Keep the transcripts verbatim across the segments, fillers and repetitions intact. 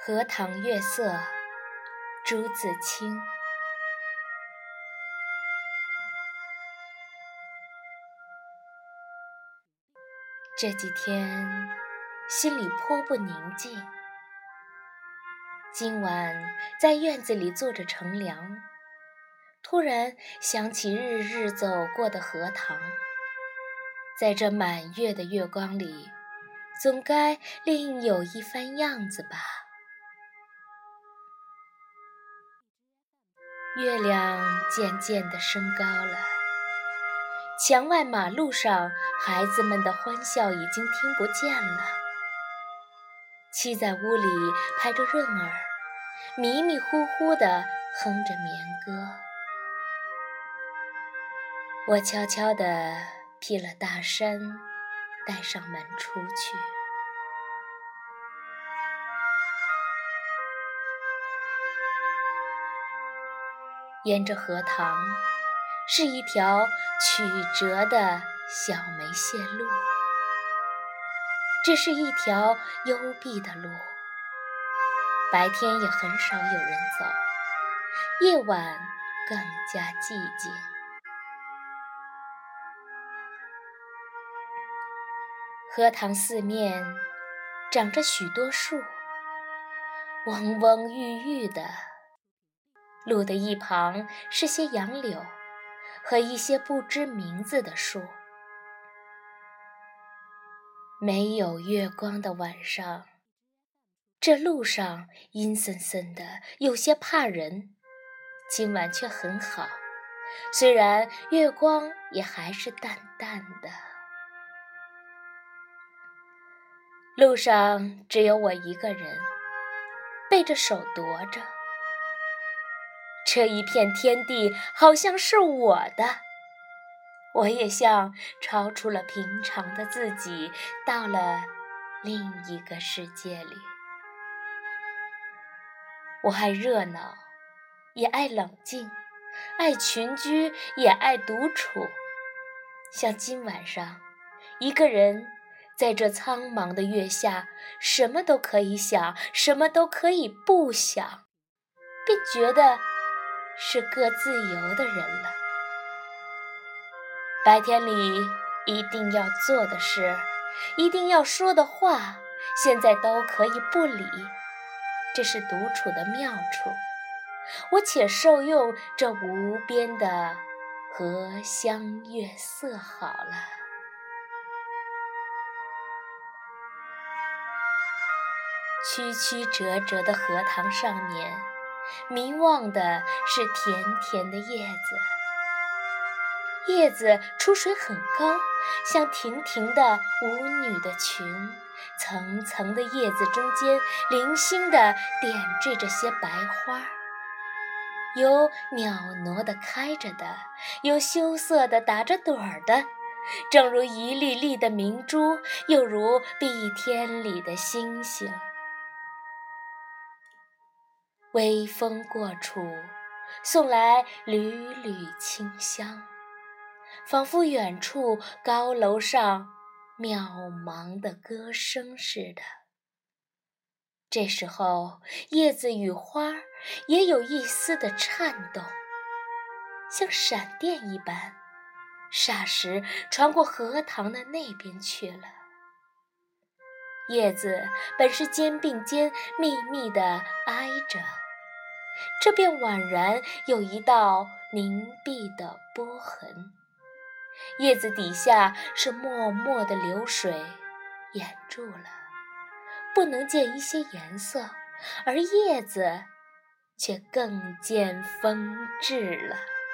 荷塘月色，朱自清。这几天心里颇不宁静。今晚在院子里坐着乘凉，突然想起日日走过的荷塘，在这满月的月光里，总该另有一番样子吧。月亮渐渐地升高了，墙外马路上孩子们的欢笑已经听不见了。妻在屋里拍着闰儿，迷迷糊糊地哼着眠歌。我悄悄地披了大衫，带上门出去。沿着荷塘是一条曲折的小梅泄路，这是一条幽闭的路，白天也很少有人走，夜晚更加寂静。荷塘四面长着许多树，蓊蓊郁郁的，路的一旁是些杨柳和一些不知名字的树。没有月光的晚上，这路上阴森森的，有些怕人。今晚却很好，虽然月光也还是淡淡的。路上只有我一个人，背着手踱着。这一片天地好像是我的，我也像超出了平常的自己，到了另一个世界里。我爱热闹，也爱冷静，爱群居，也爱独处。像今晚上，一个人在这苍茫的月下，什么都可以想，什么都可以不想，便觉得是个自由的人了。白天里一定要做的事，一定要说的话，现在都可以不理，这是独处的妙处。我且受用这无边的荷香月色好了。曲曲折折的荷塘上面，迷望的是甜甜的叶子。叶子出水很高，像亭亭的舞女的裙，层层的叶子中间零星地点缀着些白花，有袅娜地开着的，有羞涩地打着盹儿的，正如一粒粒的明珠，又如碧天里的星星。微风过处，送来缕缕清香，仿佛远处高楼上渺茫的歌声似的。这时候叶子与花也有一丝的颤动，像闪电一般，霎时传过荷塘的那边去了。叶子本是肩并肩密密地挨着，这便宛然有一道凝碧的波痕。叶子底下是脉脉的流水，掩住了，不能见一些颜色，而叶子却更见风致了。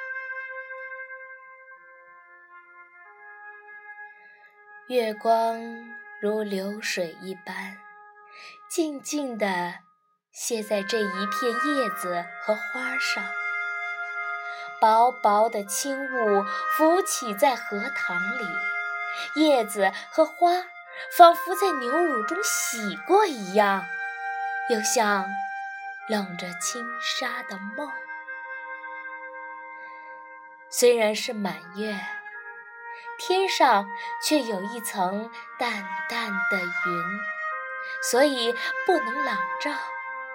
月光如流水一般，静静地泻在这一片叶子和花上。薄薄的轻雾浮起在荷塘里，叶子和花仿佛在牛乳中洗过一样，又像笼着轻纱的梦。虽然是满月，天上却有一层淡淡的云，所以不能朗照，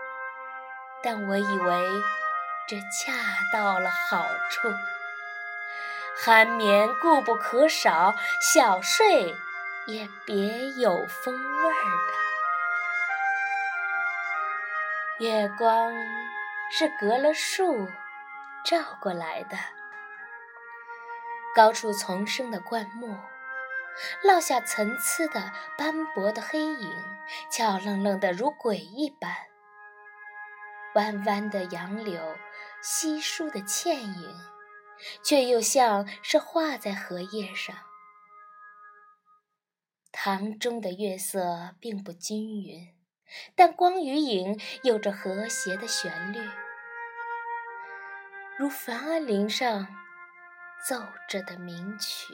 但我以为这恰到了好处。酣眠固不可少，小睡也别有风味儿的。月光是隔了树照过来的，高处丛生的灌木落下层次的斑驳的黑影，俏愣愣的如鬼一般。弯弯的杨柳，稀疏的倩影，却又像是画在荷叶上。塘中的月色并不均匀，但光与影有着和谐的旋律，如梵阿林上奏着的名曲。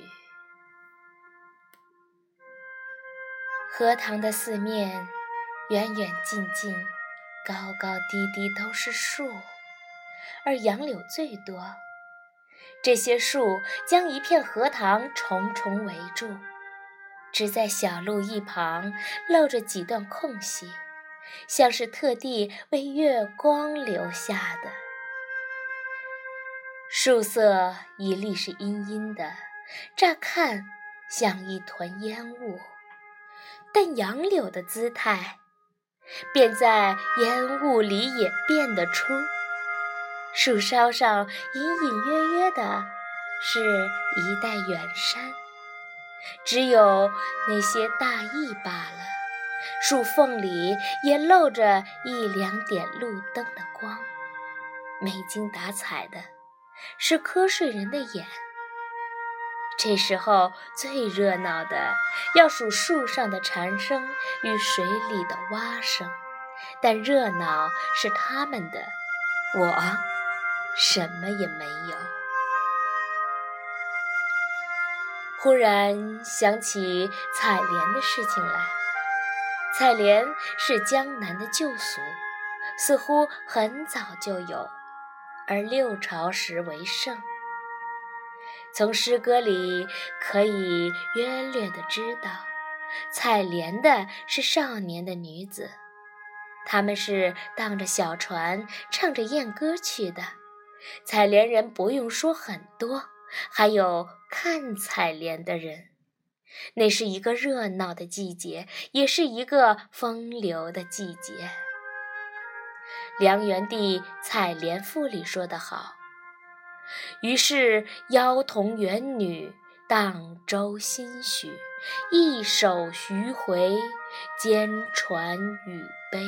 荷塘的四面，远远近近，高高低低都是树，而杨柳最多。这些树将一片荷塘重重围住，只在小路一旁露着几段空隙，像是特地为月光留下的。树色一粒是阴阴的，乍看像一团烟雾，但杨柳的姿态便在烟雾里也辨得出。树梢上隐隐约约的是一带远山，只有那些大意罢了。树缝里也露着一两点路灯的光，没精打采的是瞌睡人的眼。这时候最热闹的要数树上的蝉声与水里的蛙声，但热闹是他们的，我什么也没有。忽然想起采莲的事情来。采莲是江南的旧俗，似乎很早就有，而六朝时为盛。从诗歌里可以约略地知道，采莲的是少年的女子，她们是荡着小船，唱着艳歌去的。采莲人不用说很多，还有看采莲的人。那是一个热闹的季节，也是一个风流的季节。梁元帝《采莲赋》里说得好，于是妖童元女荡舟心许，一首徐回，兼传语悲。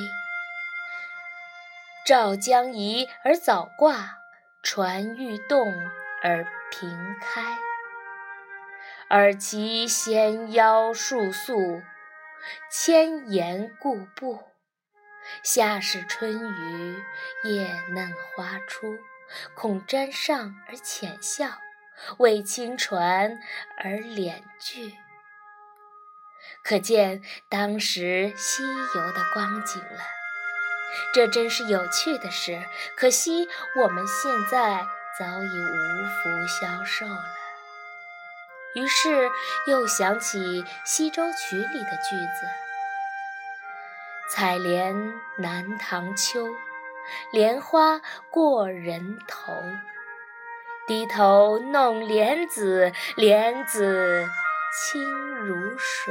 赵将移而早挂，船欲动而平开。尔其纤腰束素，千言固步。夏是春雨，叶嫩花初，恐沾上而浅笑，为轻船而敛句。可见当时西游的光景了。这真是有趣的事，可惜我们现在早已无福消受了。于是又想起《西洲曲》里的句子：采莲南塘秋，莲花过人头。低头弄莲子，莲子清如水。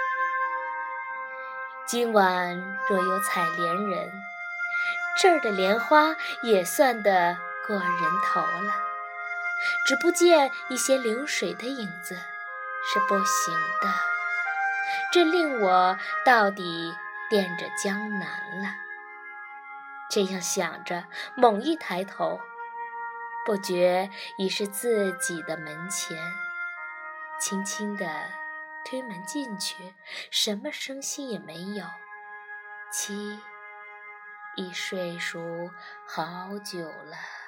今晚若有采莲人，这儿的莲花也算得过人头了。只不见一些流水的影子，是不行的。这令我到底惦着江南了。这样想着，猛一抬头，不觉已是自己的门前。轻轻地推门进去，什么声息也没有。妻已睡熟好久了。